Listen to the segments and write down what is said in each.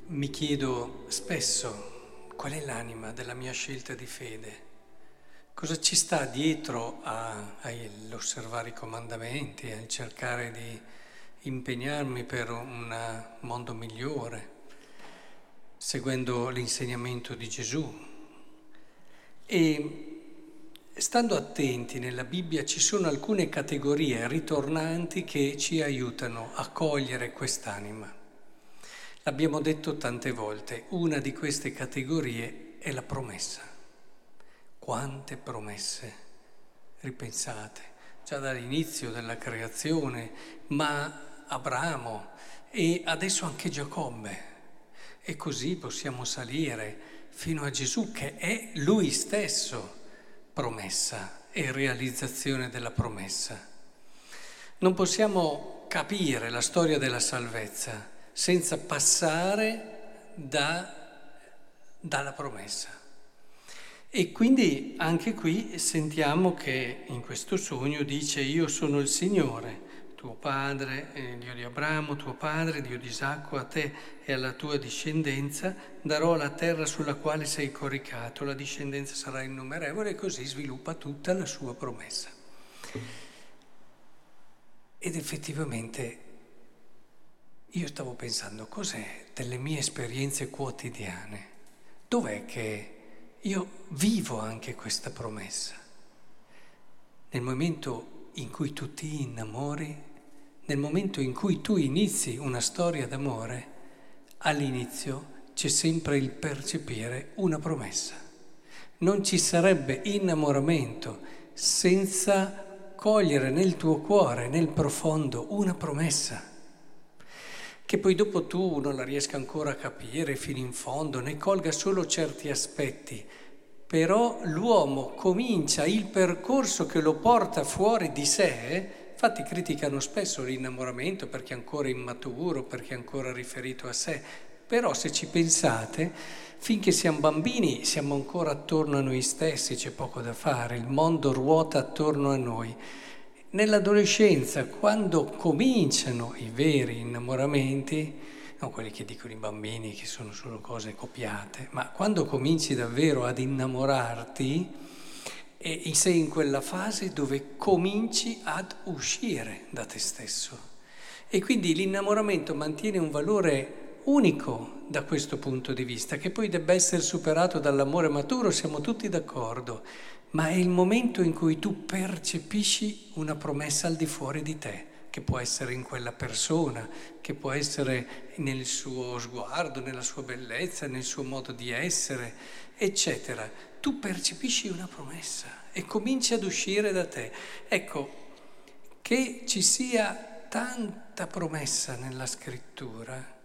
Mi chiedo spesso qual è l'anima della mia scelta di fede, cosa ci sta dietro all'osservare i comandamenti, al cercare di impegnarmi per un mondo migliore, seguendo l'insegnamento di Gesù. E stando attenti nella Bibbia ci sono alcune categorie ritornanti che ci aiutano a cogliere quest'anima. L'abbiamo detto tante volte, una di queste categorie è la promessa. Quante promesse, ripensate, già dall'inizio della creazione, ma Abramo e adesso anche Giacobbe. E così possiamo salire fino a Gesù che è Lui stesso promessa e realizzazione della promessa. Non possiamo capire la storia della salvezza senza passare dalla promessa. E quindi anche qui sentiamo che in questo sogno dice: io sono il Signore, tuo padre, Dio di Abramo, tuo padre, Dio di Isacco, a te e alla tua discendenza darò la terra sulla quale sei coricato, la discendenza sarà innumerevole, e così sviluppa tutta la sua promessa. Ed effettivamente io stavo pensando, cos'è delle mie esperienze quotidiane? Dov'è che io vivo anche questa promessa? Nel momento in cui tu ti innamori, nel momento in cui tu inizi una storia d'amore, all'inizio c'è sempre il percepire una promessa. Non ci sarebbe innamoramento senza cogliere nel tuo cuore, nel profondo, una promessa. Che poi dopo tu non la riesca ancora a capire fino in fondo, ne colga solo certi aspetti, però l'uomo comincia il percorso che lo porta fuori di sé. Infatti criticano spesso l'innamoramento perché è ancora immaturo, perché è ancora riferito a sé, però se ci pensate, finché siamo bambini siamo ancora attorno a noi stessi, c'è poco da fare, il mondo ruota attorno a noi. Nell'adolescenza, quando cominciano i veri innamoramenti, non quelli che dicono i bambini che sono solo cose copiate, ma quando cominci davvero ad innamorarti, sei in quella fase dove cominci ad uscire da te stesso. E quindi l'innamoramento mantiene un valore unico da questo punto di vista, che poi debba essere superato dall'amore maturo, siamo tutti d'accordo. Ma è il momento in cui tu percepisci una promessa al di fuori di te, che può essere in quella persona, che può essere nel suo sguardo, nella sua bellezza, nel suo modo di essere, eccetera. Tu percepisci una promessa e cominci ad uscire da te. Ecco, che ci sia tanta promessa nella scrittura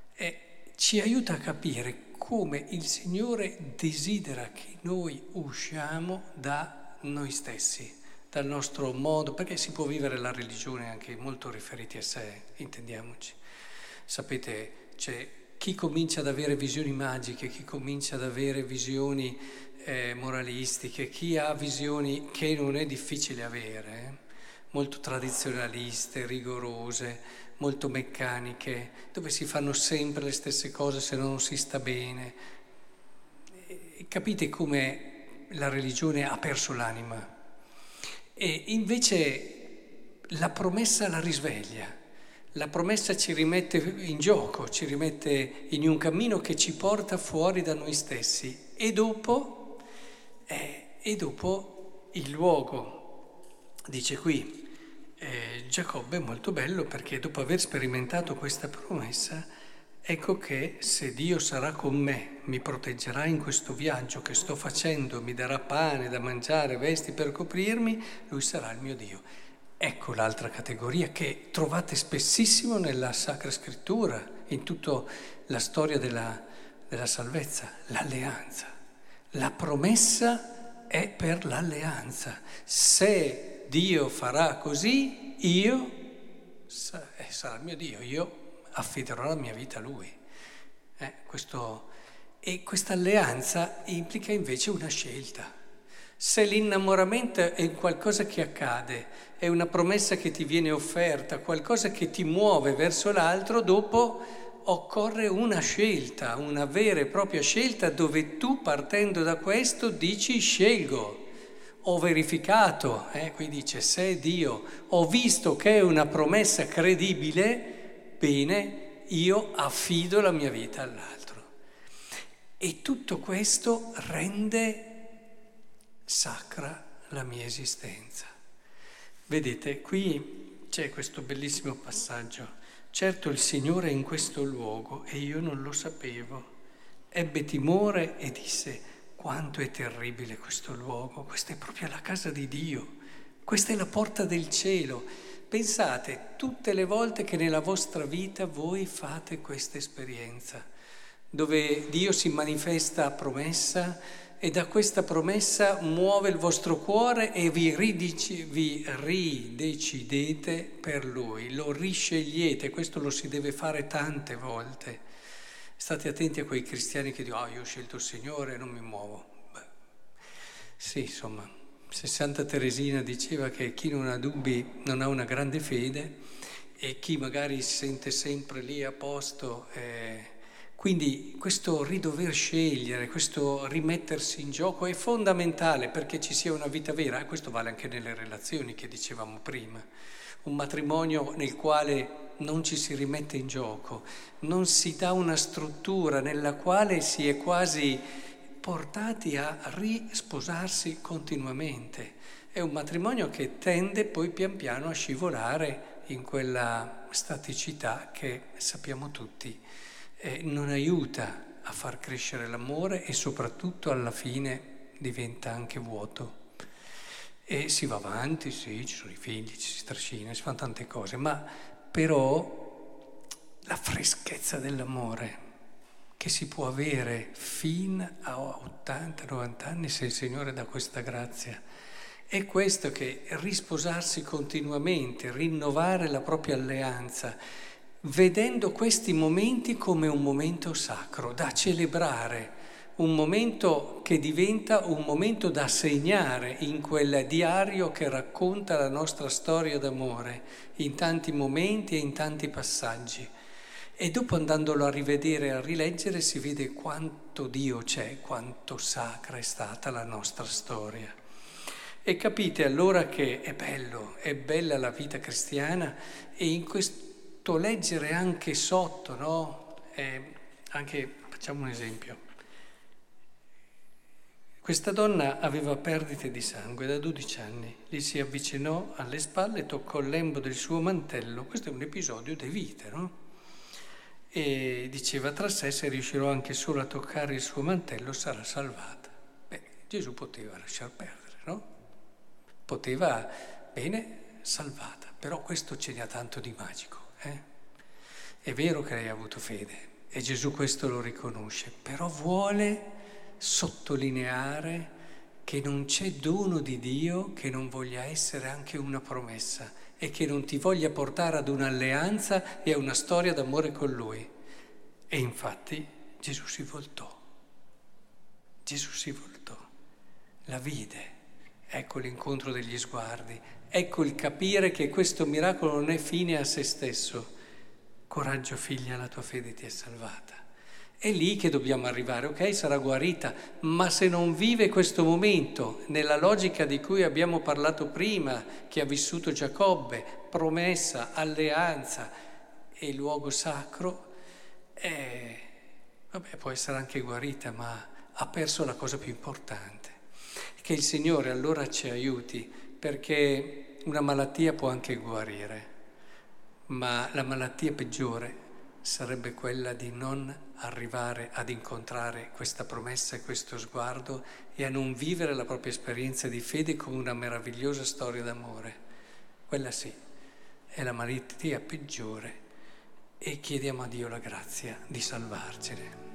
ci aiuta a capire come il Signore desidera che noi usciamo da noi stessi, dal nostro modo, perché si può vivere la religione anche molto riferiti a sé, intendiamoci. Sapete, c'è chi comincia ad avere visioni magiche, chi comincia ad avere visioni moralistiche, chi ha visioni che non è difficile avere, molto tradizionaliste, rigorose, molto meccaniche, dove si fanno sempre le stesse cose se non si sta bene. E capite come la religione ha perso l'anima. E invece la promessa la risveglia, la promessa ci rimette in gioco, ci rimette in un cammino che ci porta fuori da noi stessi. E dopo il luogo, dice qui, Giacobbe è molto bello perché dopo aver sperimentato questa promessa, ecco che se Dio sarà con me, mi proteggerà in questo viaggio che sto facendo, mi darà pane da mangiare, vesti per coprirmi, Lui sarà il mio Dio. Ecco l'altra categoria che trovate spessissimo nella Sacra Scrittura, in tutta la storia della salvezza, l'alleanza. La promessa è per l'alleanza. Se Dio farà così, sarà il mio Dio, io affiderò la mia vita a Lui. E questa alleanza implica invece una scelta. Se l'innamoramento è qualcosa che accade, è una promessa che ti viene offerta, qualcosa che ti muove verso l'altro, dopo occorre una scelta, una vera e propria scelta dove tu partendo da questo dici scelgo. Ho verificato, qui dice se è Dio, ho visto che è una promessa credibile, bene, io affido la mia vita all'altro. E tutto questo rende sacra la mia esistenza. Vedete, qui c'è questo bellissimo passaggio. Certo il Signore è in questo luogo e io non lo sapevo. Ebbe timore e disse: quanto è terribile questo luogo, questa è proprio la casa di Dio, questa è la porta del cielo. Pensate tutte le volte che nella vostra vita voi fate questa esperienza, dove Dio si manifesta a promessa e da questa promessa muove il vostro cuore e vi ridecidete per Lui, lo riscegliete, questo lo si deve fare tante volte. State attenti a quei cristiani che dicono io ho scelto il Signore e non mi muovo. Beh, sì, insomma, se Santa Teresina diceva che chi non ha dubbi non ha una grande fede e chi magari si sente sempre lì a posto. Quindi questo ridover scegliere, questo rimettersi in gioco è fondamentale perché ci sia una vita vera, e questo vale anche nelle relazioni che dicevamo prima. Un matrimonio nel quale non ci si rimette in gioco, non si dà una struttura nella quale si è quasi portati a risposarsi continuamente. È un matrimonio che tende poi pian piano a scivolare in quella staticità che sappiamo tutti non aiuta a far crescere l'amore e soprattutto alla fine diventa anche vuoto. E si va avanti, sì, ci sono i figli, ci si trascina, si fanno tante cose, ma però la freschezza dell'amore che si può avere fin a 80-90 anni se il Signore dà questa grazia, è questo che risposarsi continuamente, rinnovare la propria alleanza, vedendo questi momenti come un momento sacro, da celebrare, un momento che diventa un momento da segnare in quel diario che racconta la nostra storia d'amore, in tanti momenti e in tanti passaggi. E dopo andandolo a rivedere e a rileggere si vede quanto Dio c'è, quanto sacra è stata la nostra storia. E capite allora che è bello, è bella la vita cristiana e in questo leggere anche sotto, no? Anche, facciamo un esempio. Questa donna aveva perdite di sangue da 12 anni, gli si avvicinò alle spalle, toccò il lembo del suo mantello, questo è un episodio di vita, no? E diceva tra sé, se riuscirò anche solo a toccare il suo mantello sarà salvata. Beh, Gesù poteva lasciar perdere, no? Poteva, bene, salvata, però questo ce n'ha tanto di magico, È vero che lei ha avuto fede e Gesù questo lo riconosce, però vuole sottolineare che non c'è dono di Dio che non voglia essere anche una promessa e che non ti voglia portare ad un'alleanza e a una storia d'amore con Lui. E infatti Gesù si voltò, la vide, ecco l'incontro degli sguardi, ecco il capire che questo miracolo non è fine a se stesso. Coraggio figlia, la tua fede ti è salvata. È lì che dobbiamo arrivare, ok, sarà guarita, ma se non vive questo momento, nella logica di cui abbiamo parlato prima, che ha vissuto Giacobbe, promessa, alleanza e luogo sacro, può essere anche guarita, ma ha perso la cosa più importante. Che il Signore allora ci aiuti, perché una malattia può anche guarire, ma la malattia peggiore sarebbe quella di non arrivare ad incontrare questa promessa e questo sguardo e a non vivere la propria esperienza di fede come una meravigliosa storia d'amore. Quella sì, è la malattia peggiore e chiediamo a Dio la grazia di salvarcene.